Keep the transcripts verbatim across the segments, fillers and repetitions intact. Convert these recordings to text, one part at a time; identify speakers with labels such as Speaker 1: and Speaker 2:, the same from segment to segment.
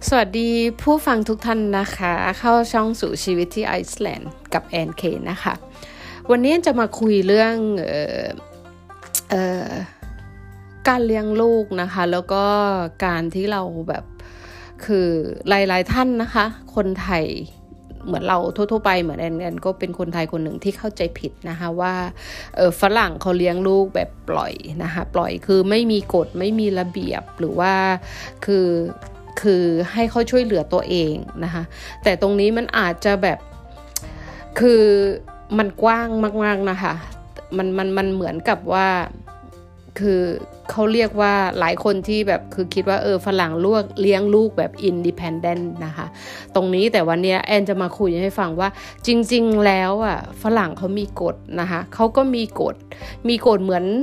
Speaker 1: สวัสดีผู้ฟังทุกท่านนะคะเข้าช่องสู่ชีวิตที่ไอซ์แลนด์กับแอนเคนะคะวันนี้จะมาคุยเรื่องเอ่อเอ่อการเลี้ยงลูกนะคะแล้วก็การที่เราแบบคือหลายๆท่านนะคะคนไทยเหมือนเราทั่วๆไปเหมือนแอนแอนก็เป็นคนไทยคนหนึ่งที่เข้าใจผิดนะคะว่าเออฝรั่งเขาเลี้ยงลูกแบบปล่อยนะคะปล่อยคือไม่มีกฎไม่มีระเบียบหรือว่าคือคือให้เขาช่วยเหลือตัวเองนะคะแต่ตรงนี้มันอาจจะแบบคือมันกว้างมากๆนะคะมันมันมันเหมือนกับว่าคือเขาเรียกว่าหลายคนที่แบบคือคิดว่าเออฝรั่งลูกเลี้ยงลูกแบบ independent นะคะตรงนี้แต่วันนี้แอนจะมาคุยให้ฟังว่าจริงๆแล้วอ่ะฝรั่งเขามีกฎนะคะเขาก็มีกฎมีกฎเหมือน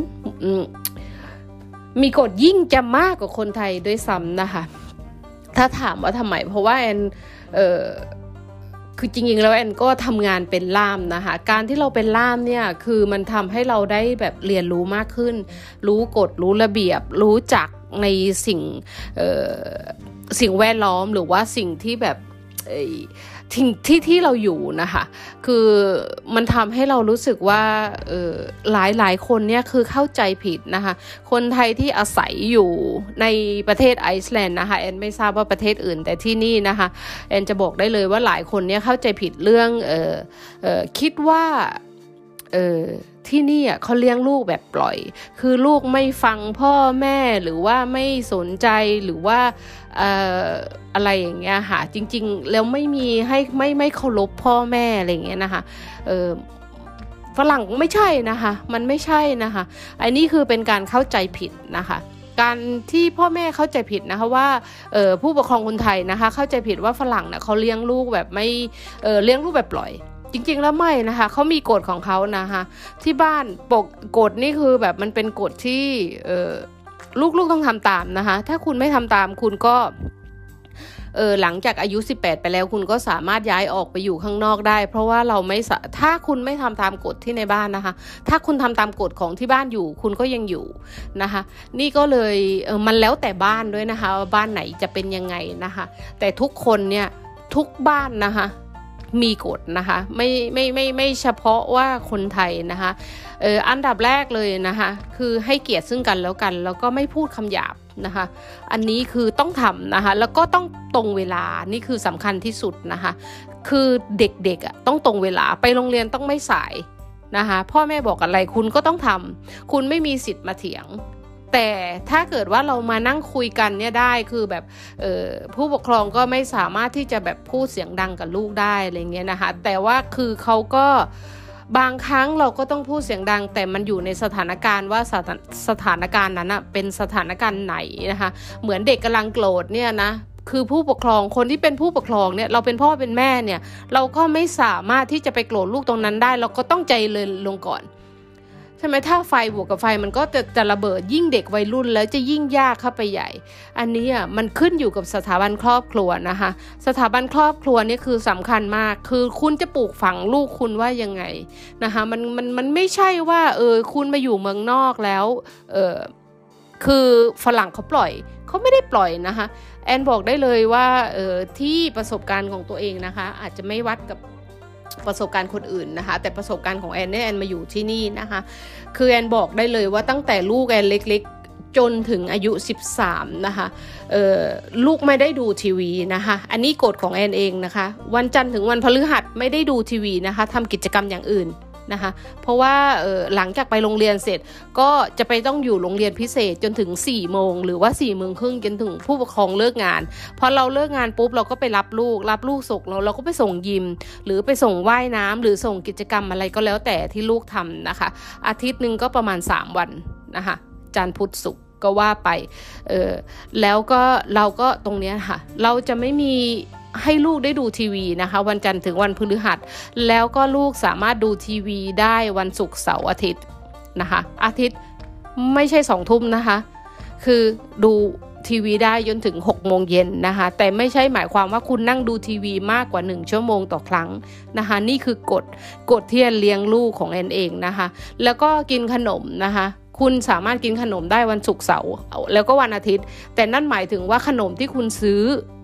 Speaker 1: มีกฎยิ่งจะมากกว่าคนไทยด้วยซ้ำนะคะถ้าถามว่าทำไมเพราะว่าแอนเออคือจริงๆแล้วแอนก็ทำงานเป็นล่ามนะคะการที่เราเป็นล่ามเนี่ยคือมันทำให้เราได้แบบเรียนรู้มากขึ้นรู้กฎรู้ระเบียบรู้จักในสิ่งเอ่อสิ่งแวดล้อมหรือว่าสิ่งที่แบบที่ที่ที่เราอยู่นะคะคือมันทำให้เรารู้สึกว่าเออหลายหลายคนเนี่ยคือเข้าใจผิดนะคะคนไทยที่อาศัยอยู่ในประเทศไอซ์แลนด์นะคะแอนไม่ทราบว่าประเทศอื่นแต่ที่นี่นะคะแอนจะบอกได้เลยว่าหลายคนเนี่ยเข้าใจผิดเรื่องเออเออคิดว่าเออที่นี่อ่ะเขาเลี้ยงลูกแบบปล่อยคือลูกไม่ฟังพ่อแม่หรือว่าไม่สนใจหรือว่าเอ่ออะไรอย่างเงี้ยค่ะจริงๆแล้วไม่มีให้ไม่ไม่เคารพพ่อแม่อะไรอย่างเงี้ยนะคะเออฝรั่งไม่ใช่นะคะมันไม่ใช่นะคะอันนี้คือเป็นการเข้าใจผิดนะคะการที่พ่อแม่เข้าใจผิดนะคะว่าเออผู้ปกครองคนไทยนะคะเข้าใจผิดว่าฝรั่งเนี่ยเขาเลี้ยงลูกแบบไม่เออเลี้ยงลูกแบบปล่อยจริงๆแล้วไม่นะคะเขามีกฎของเขานะคะที่บ้านปกกฎนี่คือแบบมันเป็นกฎที่เออลูกๆต้องทำตามนะคะถ้าคุณไม่ทำตามคุณก็เออหลังจากอายุสิบแปดไปแล้วคุณก็สามารถย้ายออกไปอยู่ข้างนอกได้เพราะว่าเราไม่ถ้าคุณไม่ทำตามกฎที่ในบ้านนะคะถ้าคุณทำตามกฎของที่บ้านอยู่คุณก็ยังอยู่นะคะนี่ก็เลยเออมันแล้วแต่บ้านด้วยนะคะว่าบ้านไหนจะเป็นยังไงนะคะแต่ทุกคนเนี่ยทุกบ้านนะคะมีกฎนะคะไม่ไม่ไม่ไม่เฉพาะว่าคนไทยนะคะเอออันดับแรกเลยนะคะคือให้เกียรติซึ่งกันแล้วกันแล้วก็ไม่พูดคำหยาบนะคะอันนี้คือต้องทำนะคะแล้วก็ต้องตรงเวลานี่คือสำคัญที่สุดนะคะคือเด็กๆอ่ะต้องตรงเวลาไปโรงเรียนต้องไม่สายนะคะพ่อแม่บอกอะไรคุณก็ต้องทำคุณไม่มีสิทธิ์มาเถียงแต่ถ้าเกิดว่าเรามานั่งคุยกันเนี่ยได้คือแบบเอ่อผู้ปกครองก็ไม่สามารถที่จะแบบพูดเสียงดังกับลูกได้อะไรเงี้ยนะคะแต่ว่าคือเขาก็บางครั้งเราก็ต้องพูดเสียงดังแต่มันอยู่ในสถานการณ์ว่าสถานสถานการณ์นั้นนะเป็นสถานการณ์ไหนนะคะเหมือนเด็กกำลังโกรธเนี่ยนะคือผู้ปกครองคนที่เป็นผู้ปกครองเนี่ยเราเป็นพ่อเป็นแม่เนี่ยเราก็ไม่สามารถที่จะไปโกรธลูกตรงนั้นได้เราก็ต้องใจเย็นลงก่อนใช่ไหมถ้าไฟบวกกับไฟมันก็จะจะระเบิดยิ่งเด็กวัยรุ่นแล้วจะยิ่งยากเข้าไปใหญ่อันนี้อ่ะมันขึ้นอยู่กับสถาบันครอบครัวนะคะสถาบันครอบครัวนี่คือสำคัญมากคือคุณจะปลูกฝังลูกคุณว่ายังไงนะคะมันมันมันไม่ใช่ว่าเออคุณมาอยู่เมืองนอกแล้วเออคือฝรั่งเขาปล่อยเขาไม่ได้ปล่อยนะคะแอนบอกได้เลยว่าเออที่ประสบการณ์ของตัวเองนะคะอาจจะไม่วัดกับประสบการณ์คนอื่นนะคะแต่ประสบการณ์ของแอนเนี่ยแอนมาอยู่ที่นี่นะคะคือแอนบอกได้เลยว่าตั้งแต่ลูกแอนเล็กๆจนถึงอายุสิบสามนะคะเอ่อลูกไม่ได้ดูทีวีนะคะอันนี้กฎของแอนเองนะคะวันจันทร์ถึงวันพฤหัสไม่ได้ดูทีวีนะคะทำกิจกรรมอย่างอื่นนะคะเพราะว่าเอ่อหลังจากไปโรงเรียนเสร็จก็จะไปต้องอยู่โรงเรียนพิเศษจนถึงสี่โมงหรือว่าสี่โมงครึ่งจนถึงผู้ปกครองเลิกงานพอเราเลิกงานปุ๊บเราก็ไปรับลูกรับลูกส่งเราเราก็ไปส่งยิมหรือไปส่งว่ายน้ำหรือส่งกิจกรรมอะไรก็แล้วแต่ที่ลูกทำนะคะอาทิตย์นึงก็ประมาณสามวันนะคะจันทร์พุธศุกร์ก็ว่าไปเออแล้วก็เราก็ตรงเนี้ยค่ะเราจะไม่มีให้ลูกได้ดูทีวีนะคะวันจันทร์ถึงวันพฤหัสแล้วก็ลูกสามารถดูทีวีได้วันศุกร์เสาร์อาทิตย์นะคะอาทิตย์ไม่ใช่สองทุ่มนะคะคือดูทีวีได้จนถึงหกโมงเย็นนะคะแต่ไม่ใช่หมายความว่าคุณนั่งดูทีวีมากกว่าหนึ่งชั่วโมงต่อครั้งนะคะนี่คือกฎกฎที่เลี้ยงลูกของแอนเองนะคะแล้วก็กินขนมนะคะคุณสามารถกินขนมได้วันศุกร์เสาร์แล้วก็วันอาทิตย์แต่นั่นหมายถึงว่าขนมที่คุณซื้อ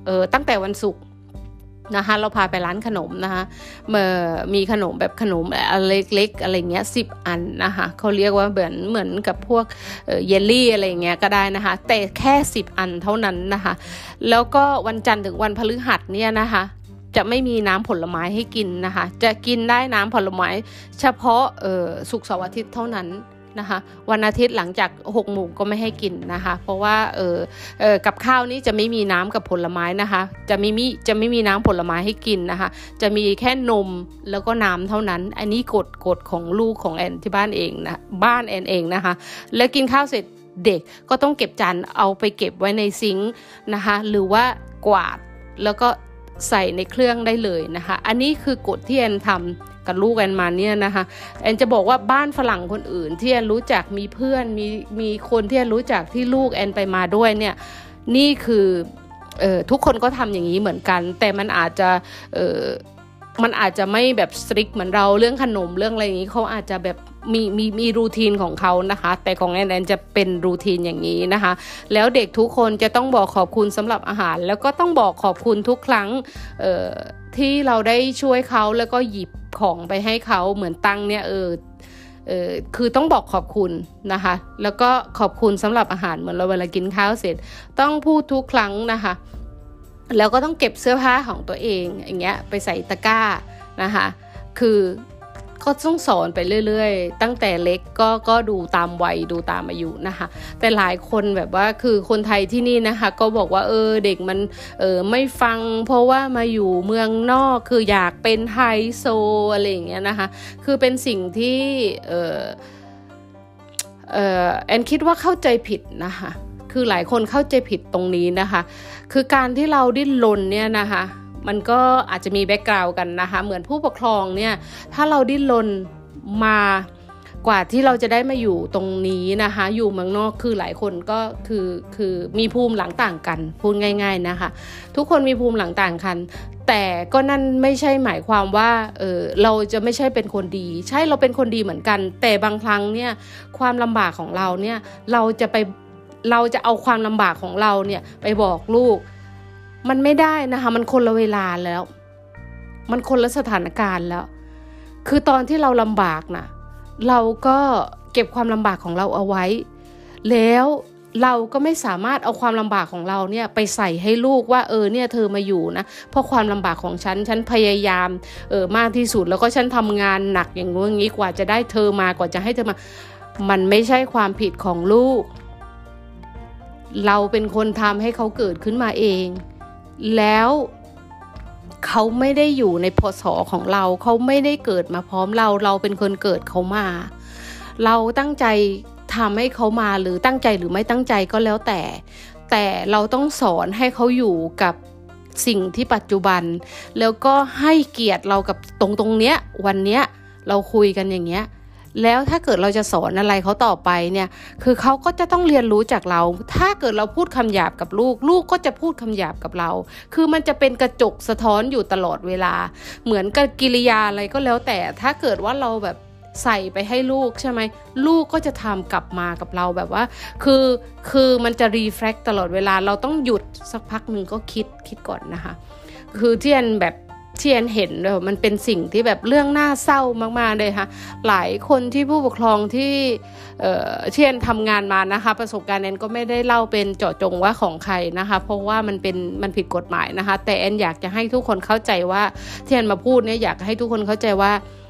Speaker 1: เออตั้งแต่วันศุกร์นะคะเราพาไปร้านขนมนะคะเมื่อมีขนมแบบขนมเล็กๆอะไรเงี้ยสิบอันนะคะเขาเรียกว่าเหมือนเหมือนกับพวกเอ่อเยลลี่อะไรเงี้ยก็ได้นะคะแต่แค่สิบอันเท่านั้นนะคะแล้วก็วันจันทร์ถึงวันพฤหัสเนี่ยนะคะจะไม่มีน้ำผลไม้ให้กินนะคะจะกินได้น้ำผลไม้เฉพาะเอ่อศุกร์เสาร์อาทิตย์เท่านั้นนะคะวันอาทิตย์หลังจากหกโมงก็ไม่ให้กินนะคะเพราะว่าเออเออกับข้าวนี้จะไม่มีน้ำกับผลไม้นะคะจะไม่มีจะไม่มีน้ำผลไม้ให้กินนะคะจะมีแค่นมแล้วก็น้ำเท่านั้นอันนี้กฎกฎของลูกของแอนที่บ้านเองนะบ้านแอนเองนะคะแล้วกินข้าวเสร็จเด็กก็ต้องเก็บจานเอาไปเก็บไว้ในซิงค์นะคะหรือว่ากวาดแล้วก็ใส่ในเครื่องได้เลยนะคะอันนี้คือกฎที่แอนทำกับลูกแอนมาเนี่ยนะคะแอนจะบอกว่าบ้านฝรั่งคนอื่นที่แอนรู้จักมีเพื่อนมีมีคนที่แอนรู้จักที่ลูกแอนไปมาด้วยเนี่ยนี่คือเอ่อทุกคนก็ทำอย่างนี้เหมือนกันแต่มันอาจจะเอ่อมันอาจจะไม่แบบสตริกเหมือนเราเรื่องขนมเรื่องอะไรอย่างนี้เขาอาจจะแบบมีมีมีรูทีนของเขานะคะแต่ของแอนแอนจะเป็นรูทีนอย่างนี้นะคะแล้วเด็กทุกคนจะต้องบอกขอบคุณสำหรับอาหารแล้วก็ต้องบอกขอบคุณทุกครั้งเอ่อที่เราได้ช่วยเขาแล้วก็หยิบของไปให้เขาเหมือนตังเนี่ยเออเออคือต้องบอกขอบคุณนะคะแล้วก็ขอบคุณสำหรับอาหารเหมือนเราเวลากินข้าวเสร็จต้องพูดทุกครั้งนะคะแล้วก็ต้องเก็บเสื้อผ้าของตัวเองอย่างเงี้ยไปใส่ตะกร้านะคะคือก็ต้องสอนไปเรื่อยๆตั้งแต่เล็กก็ก็ดูตามวัยดูตามอายุนะคะแต่หลายคนแบบว่าคือคนไทยที่นี่นะคะก็บอกว่าเออเด็กมันเออไม่ฟังเพราะว่ามาอยู่เมืองนอกคืออยากเป็นไฮโซอะไรอย่างเงี้ยนะคะคือเป็นสิ่งที่เออเออแอนคิดว่าเข้าใจผิดนะคะคือหลายคนเข้าใจผิดตรงนี้นะคะคือการที่เราดิ้นรนเนี่ยนะคะมันก็อาจจะมีแบ็กกราวด์กันนะคะเหมือนผู้ปกครองเนี่ยถ้าเราดิ้นรนมากว่าที่เราจะได้มาอยู่ตรงนี้นะคะอยู่เมืองนอกคือหลายคนก็คือคือมีภูมิหลังต่างกันพูดง่ายๆนะคะทุกคนมีภูมิหลังต่างกันแต่ก็นั่นไม่ใช่หมายความว่าเออเราจะไม่ใช่เป็นคนดีใช่เราเป็นคนดีเหมือนกันแต่บางครั้งเนี่ยความลำบากของเราเนี่ยเราจะไปเราจะเอาความลำบากของเราเนี่ยไปบอกลูกมันไม่ได้นะคะมันคนละเวลาแล้วมันคนละสถานการณ์แล้วคือตอนที่เราลำบากนะเราก็เก็บความลำบากของเราเอาไว้แล้วเราก็ไม่สามารถเอาความลำบากของเราเนี่ยไปใส่ให้ลูกว่าเออเนี่ยเธอมาอยู่นะเพราะความลำบากของฉันฉันพยายามเออมากที่สุดแล้วก็ฉันทำงานหนักอย่างงู้นอย่างนี้กว่าจะได้เธอมากว่าจะให้เธอมามันไม่ใช่ความผิดของลูกเราเป็นคนทำให้เขาเกิดขึ้นมาเองแล้วเขาไม่ได้อยู่ในพศของเราเขาไม่ได้เกิดมาพร้อมเราเราเป็นคนเกิดเขามาเราตั้งใจทำให้เขามาหรือตั้งใจหรือไม่ตั้งใจก็แล้วแต่แต่เราต้องสอนให้เขาอยู่กับสิ่งที่ปัจจุบันแล้วก็ให้เกียรติเรากับตรงตรงเนี้ยวันเนี้ยเราคุยกันอย่างเงี้ยแล้วถ้าเกิดเราจะสอนอะไรเขาต่อไปเนี่ยคือเขาก็จะต้องเรียนรู้จากเราถ้าเกิดเราพูดคำหยาบกับลูกลูกก็จะพูดคำหยาบกับเราคือมันจะเป็นกระจกสะท้อนอยู่ตลอดเวลาเหมือนกับกิริยาอะไรก็แล้วแต่ถ้าเกิดว่าเราแบบใส่ไปให้ลูกใช่ไหมลูกก็จะทำกลับมากับเราแบบว่าคือคือมันจะรีเฟล็กตลอดเวลาเราต้องหยุดสักพักหนึ่งก็คิดคิดก่อนนะคะคือที่อันแบบที่แอนเห็นเลยมันเป็นสิ่งที่แบบเรื่องน่าเศร้ามากๆเลยค่ะหลายคนที่ผู้ปกครองที่เอ่อที่แอนทำงานมานะคะประสบการณ์แอนก็ไม่ได้เล่าเป็นเจาะจงว่าของใครนะคะเพราะว่ามันเป็นมันผิดกฎหมายนะคะแต่แอนอยากจะให้ทุกคนเข้าใจว่าที่แอนมาพูดเนี่ยอยากให้ทุกคนเข้าใจว่า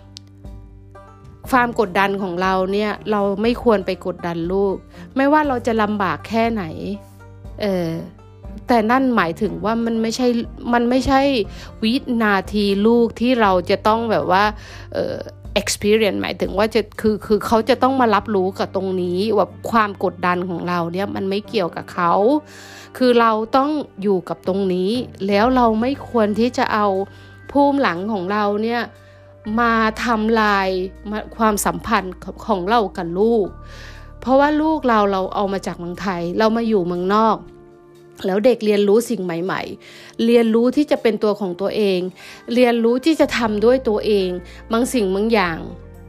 Speaker 1: ความกดดันของเราเนี่ยเราไม่ควรไปกดดันลูกไม่ว่าเราจะลำบากแค่ไหนเออแต่นั่นหมายถึงว่ามันไม่ใช่มันไม่ใช่วินาทีลูกที่เราจะต้องแบบว่าเอ่อ experience หมายถึงว่าจะคือคือเขาจะต้องมารับรู้กับตรงนี้ว่าความกดดันของเราเนี่ยมันไม่เกี่ยวกับเขาคือเราต้องอยู่กับตรงนี้แล้วเราไม่ควรที่จะเอาภูมิหลังของเราเนี่ยมาทำลายความสัมพันธ์ของเรากับลูกเพราะว่าลูกเราเราเอามาจากเมืองไทยเรามาอยู่เมืองนอกแล้วเด็กเรียนรู้สิ่งใหม่ๆเรียนรู้ที่จะเป็นตัวของตัวเองเรียนรู้ที่จะทำด้วยตัวเองบางสิ่งบางอย่าง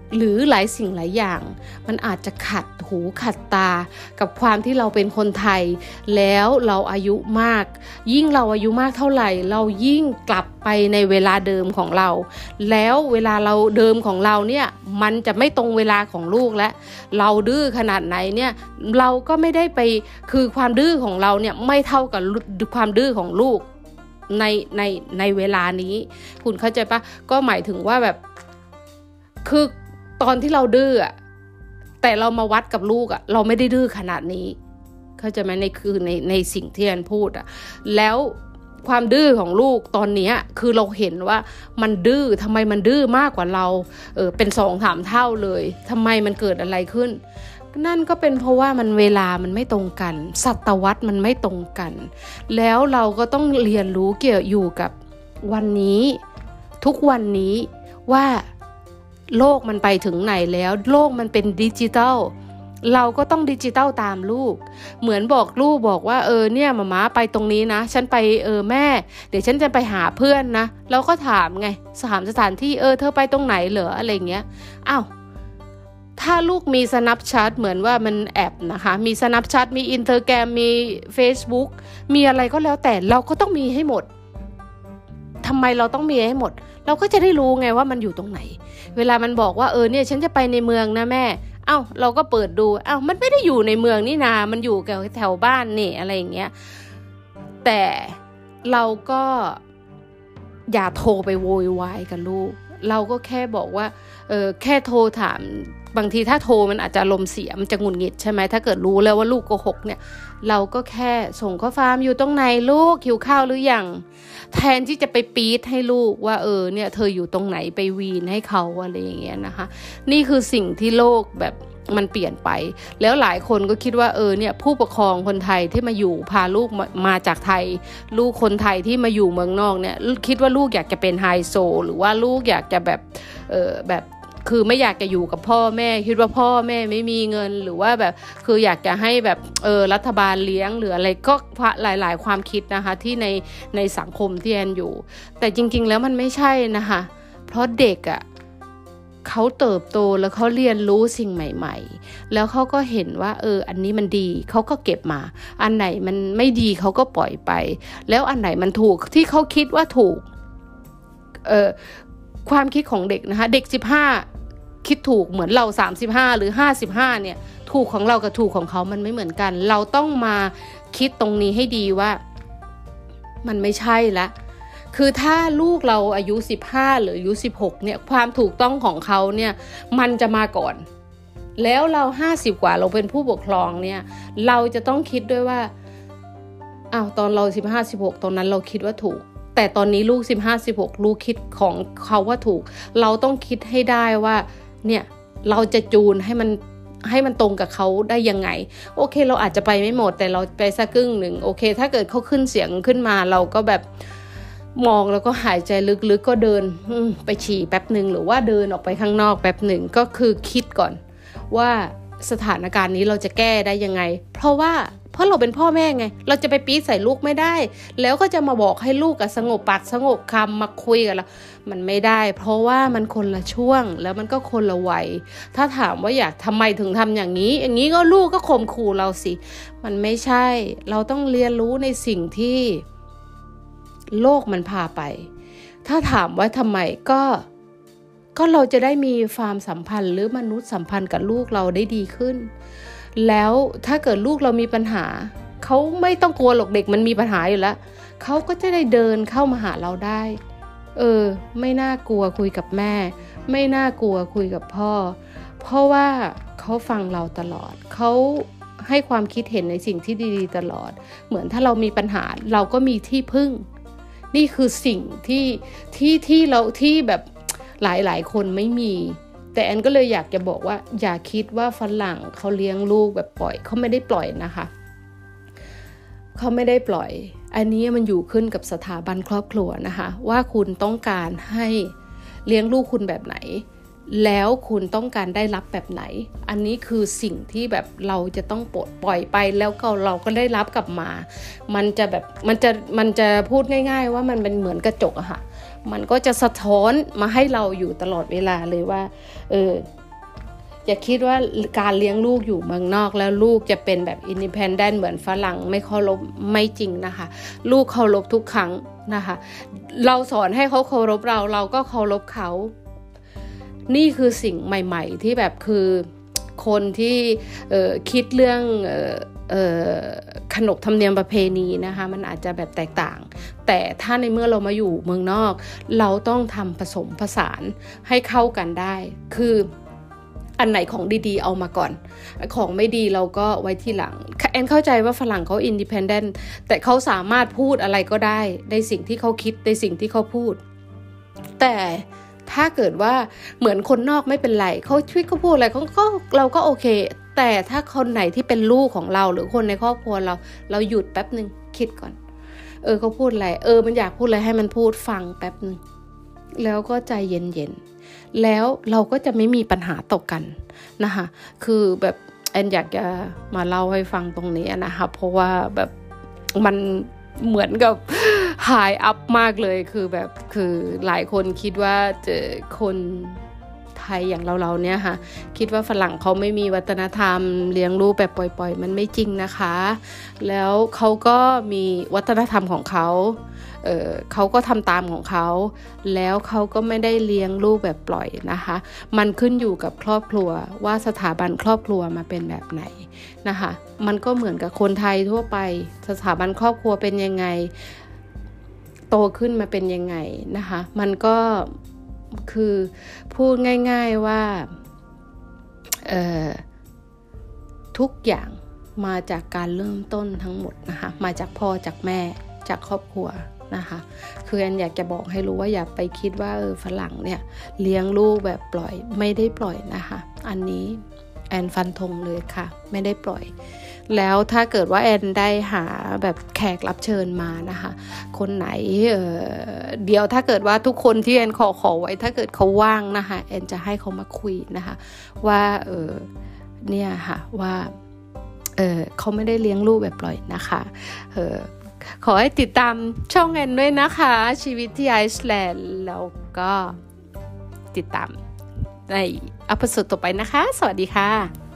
Speaker 1: หรือหลายสิ่งหลายอย่างมันอาจจะขัดหูขัดตากับความที่เราเป็นคนไทยแล้วเราอายุมากยิ่งเราอายุมากเท่าไหร่เรายิ่งกลับไปในเวลาเดิมของเราแล้วเวลาเราเดิมของเราเนี่ยมันจะไม่ตรงเวลาของลูกและเราดื้อขนาดไหนเนี่ยเราก็ไม่ได้ไปคือความดื้อของเราเนี่ยไม่เท่ากับความดื้อของลูกในในในเวลานี้คุณเข้าใจปะก็หมายถึงว่าแบบคือตอนที่เราดื้ออะแต่เรามาวัดกับลูกอะเราไม่ได้ดื้อขนาดนี้เข้าใจไหมในคือในในสิ่งที่แอนพูดอะแล้วความดื้อของลูกตอนนี้คือเราเห็นว่ามันดื้อทำไมมันดื้อมากกว่าเราเออเป็นสองสามเท่าเลยทำไมมันเกิดอะไรขึ้นนั่นก็เป็นเพราะว่ามันเวลามันไม่ตรงกันศตวรรษมันไม่ตรงกันแล้วเราก็ต้องเรียนรู้เกี่ยวอยู่กับวันนี้ทุกวันนี้ว่าโลกมันไปถึงไหนแล้วโลกมันเป็นดิจิทัลเราก็ต้องดิจิทัลตามลูกเหมือนบอกลูกบอกว่าเออเนี่ยมาม่าไปตรงนี้นะฉันไปเออแม่เดี๋ยวฉันจะไปหาเพื่อนนะเราก็ถามไงสถานสถานที่เออเธอไปตรงไหนเหรออะไรเงี้ยอ้าวถ้าลูกมี Snapchat เหมือนว่ามันแอปนะคะมี Snapchat มี Instagram มี Facebook มีอะไรก็แล้วแต่เราก็ต้องมีให้หมดทำไมเราต้องมีให้หมดเราก็จะได้รู้ไงว่ามันอยู่ตรงไหนเวลามันบอกว่าเออเนี่ยฉันจะไปในเมืองนะแม่เอ้าเราก็เปิดดูเอ้ามันไม่ได้อยู่ในเมืองนี่นามันอยู่แถวบ้านนี่อะไรอย่างเงี้ยแต่เราก็อย่าโทรไปโวยวายกับลูกเราก็แค่บอกว่าเออแค่โทรถามบางทีถ้าโทรมันอาจจะลมเสียมันจะหงุดหงิดใช่ไหมถ้าเกิดรู้แล้วว่าลูกโกหกเนี่ยเราก็แค่ส่งข้อความอยู่ตรงไหนลูกหิวข้าวหรือยังแทนที่จะไปปี๊ดให้ลูกว่าเออเนี่ยเธออยู่ตรงไหนไปวีนให้เขาอะไรอย่างเงี้ยนะคะนี่คือสิ่งที่โลกแบบมันเปลี่ยนไปแล้วหลายคนก็คิดว่าเออเนี่ยผู้ปกครองคนไทยที่มาอยู่พาลูกมามาจากไทยลูกคนไทยที่มาอยู่เมืองนอกเนี่ยคิดว่าลูกอยากจะเป็นไฮโซหรือว่าลูกอยากจะแบบเออแบบคือไม่อยากจะอยู่กับพ่อแม่คิดว่าพ่อแม่ไม่มีเงินหรือว่าแบบคืออยากจะให้แบบเออรัฐบาลเลี้ยงหรืออะไรก็หลายๆความคิดนะคะที่ในในสังคมที่แอนอยู่แต่จริงๆแล้วมันไม่ใช่นะคะเพราะเด็กอ่ะเขาเติบโตแล้วเขาเรียนรู้สิ่งใหม่ๆแล้วเขาก็เห็นว่าเอออันนี้มันดีเขาก็เก็บมาอันไหนมันไม่ดีเขาก็ปล่อยไปแล้วอันไหนมันถูกที่เขาคิดว่าถูกเออความคิดของเด็กนะคะเด็กสิบห้าคิดถูกเหมือนเราสามสิบห้าหรือห้าสิบห้าเนี่ยถูกของเรากับถูกของเขามันไม่เหมือนกันเราต้องมาคิดตรงนี้ให้ดีว่ามันไม่ใช่ละคือถ้าลูกเราอายุสิบห้าหรืออายุสิบหกเนี่ยความถูกต้องของเขาเนี่ยมันจะมาก่อนแล้วเราห้าสิบกว่าเราเป็นผู้ปกครองเนี่ยเราจะต้องคิดด้วยว่าอ้าวตอนเราสิบห้า สิบหกตอนนั้นเราคิดว่าถูกแต่ตอนนี้ลูกสิบห้า สิบหกลูกคิดของเขาว่าถูกเราต้องคิดให้ได้ว่าเนี่ยเราจะจูนให้มันให้มันตรงกับเขาได้ยังไงโอเคเราอาจจะไปไม่หมดแต่เราไปสักครึ่งหนึ่งโอเคถ้าเกิดเขาขึ้นเสียงขึ้นมาเราก็แบบมองแล้วก็หายใจลึกๆก็เดินไปฉี่แป๊บหนึ่งหรือว่าเดินออกไปข้างนอกแป๊บหนึ่งก็คือคิดก่อนว่าสถานการณ์นี้เราจะแก้ได้ยังไงเพราะว่าเพราะเราเป็นพ่อแม่ไงเราจะไปปี๊ดใส่ลูกไม่ได้แล้วก็จะมาบอกให้ลูกกับสงบปากสงบคำมาคุยกันแล้วมันไม่ได้เพราะว่ามันคนละช่วงแล้วมันก็คนละวัยถ้าถามว่าอยากทำไมถึงทำอย่างนี้อย่างนี้ก็ลูกก็ข่มขู่เราสิมันไม่ใช่เราต้องเรียนรู้ในสิ่งที่โลกมันพาไปถ้าถามว่าทำไมก็ก็เราจะได้มีความสัมพันธ์หรือมนุษยสัมพันธ์กับลูกเราได้ดีขึ้นแล้วถ้าเกิดลูกเรามีปัญหาเขาไม่ต้องกลัวหรอกเด็กมันมีปัญหาอยู่แล้วเขาก็จะได้เดินเข้ามาหาเราได้เออไม่น่ากลัวคุยกับแม่ไม่น่ากลัวคุยกับพ่อเพราะว่าเขาฟังเราตลอดเขาให้ความคิดเห็นในสิ่งที่ดีๆตลอดเหมือนถ้าเรามีปัญหาเราก็มีที่พึ่งนี่คือสิ่งที่ที่ที่เราที่แบบหลายๆคนไม่มีแต่แอนก็เลยอยากจะบอกว่าอย่าคิดว่าฝรั่งเขาเลี้ยงลูกแบบปล่อยเขาไม่ได้ปล่อยนะคะเขาไม่ได้ปล่อยอันนี้มันอยู่ขึ้นกับสถาบันครอบครัวนะคะว่าคุณต้องการให้เลี้ยงลูกคุณแบบไหนแล้วคุณต้องการได้รับแบบไหนอันนี้คือสิ่งที่แบบเราจะต้องปลดปล่อยไปแล้วก็เราก็ได้รับกลับมามันจะแบบมันจะมันจะพูดง่ายๆว่ามันเป็นเหมือนกระจกอะค่ะมันก็จะสะท้อนมาให้เราอยู่ตลอดเวลาเลยว่าเอออย่าคิดว่าการเลี้ยงลูกอยู่เมืองนอกแล้วลูกจะเป็นแบบอินดิเพนเดนต์เหมือนฝรั่งไม่เคารพไม่จริงนะคะลูกเคารพทุกครั้งนะคะเราสอนให้เขาเคารพเราเราก็เคารพเขานี่คือสิ่งใหม่ๆที่แบบคือคนที่เอ่อคิดเรื่องเอ่อเอ่อขนบธรรมเนียมประเพณีนะคะมันอาจจะแบบแตกต่างแต่ถ้าในเมื่อเรามาอยู่เมืองนอกเราต้องทำผสมผสานให้เข้ากันได้คืออันไหนของดีๆเอามาก่อนของไม่ดีเราก็ไว้ที่หลังแอนเข้าใจว่าฝรั่งเขาอินดิเพนเดนต์แต่เขาสามารถพูดอะไรก็ได้ในสิ่งที่เขาคิดในสิ่งที่เขาพูดแต่ถ้าเกิดว่าเหมือนคนนอกไม่เป็นไรเขาชีวิตเขาพูดอะไรเขาก็เราก็โอเคแต่ถ้าคนไหนที่เป็นลูกของเราหรือคนในครอบครัวเราเราหยุดแป๊บนึงคิดก่อนเออเขาพูดอะไรเออมันอยากพูดอะไรให้มันพูดฟังแป๊บนึงแล้วก็ใจเย็นๆแล้วเราก็จะไม่มีปัญหาต่อกันนะคะคือแบบแอนอยากจะมาเล่าให้ฟังตรงนี้นะคะเพราะว่าแบบมันเหมือนกับไฮอัพมากเลยคือแบบคือหลายคนคิดว่าเจอคนไทยอย่างเราๆเนี่ยค่ะคิดว่าฝรั่งเขาไม่มีวัฒนธรรมเลี้ยงลูกแบบปล่อยๆมันไม่จริงนะคะแล้วเขาก็มีวัฒนธรรมของเขาเออเขาก็ทำตามของเขาแล้วเขาก็ไม่ได้เลี้ยงลูกแบบปล่อยนะคะมันขึ้นอยู่กับครอบครัวว่าสถาบันครอบครัวมาเป็นแบบไหนนะคะมันก็เหมือนกับคนไทยทั่วไปสถาบันครอบครัวเป็นยังไงโตขึ้นมาเป็นยังไงนะคะมันก็คือพูดง่ายๆว่าเอ่อทุกอย่างมาจากการเริ่มต้นทั้งหมดนะคะมาจากพ่อจากแม่จากครอบครัวนะคะคือแอนอยากจะบอกให้รู้ว่าอย่าไปคิดว่าเออฝรั่งเนี่ยเลี้ยงลูกแบบปล่อยไม่ได้ปล่อยนะคะอันนี้แอนฟันธงเลยค่ะไม่ได้ปล่อยแล้วถ้าเกิดว่าแอนได้หาแบบแขกรับเชิญมานะคะคนไหน เอ่อ เดี๋ยวถ้าเกิดว่าทุกคนที่แอนขอขอไว้ถ้าเกิดเขาว่างนะคะแอนจะให้เขามาคุยนะคะว่าเออเนี่ยค่ะว่าเออเขาไม่ได้เลี้ยงลูกแบบปล่อยนะคะเออขอให้ติดตามช่องแอนด้วยนะคะชีวิตที่ไอซ์แลนด์แล้วก็ติดตามในอพิโซดต่อไปนะคะสวัสดีค่ะ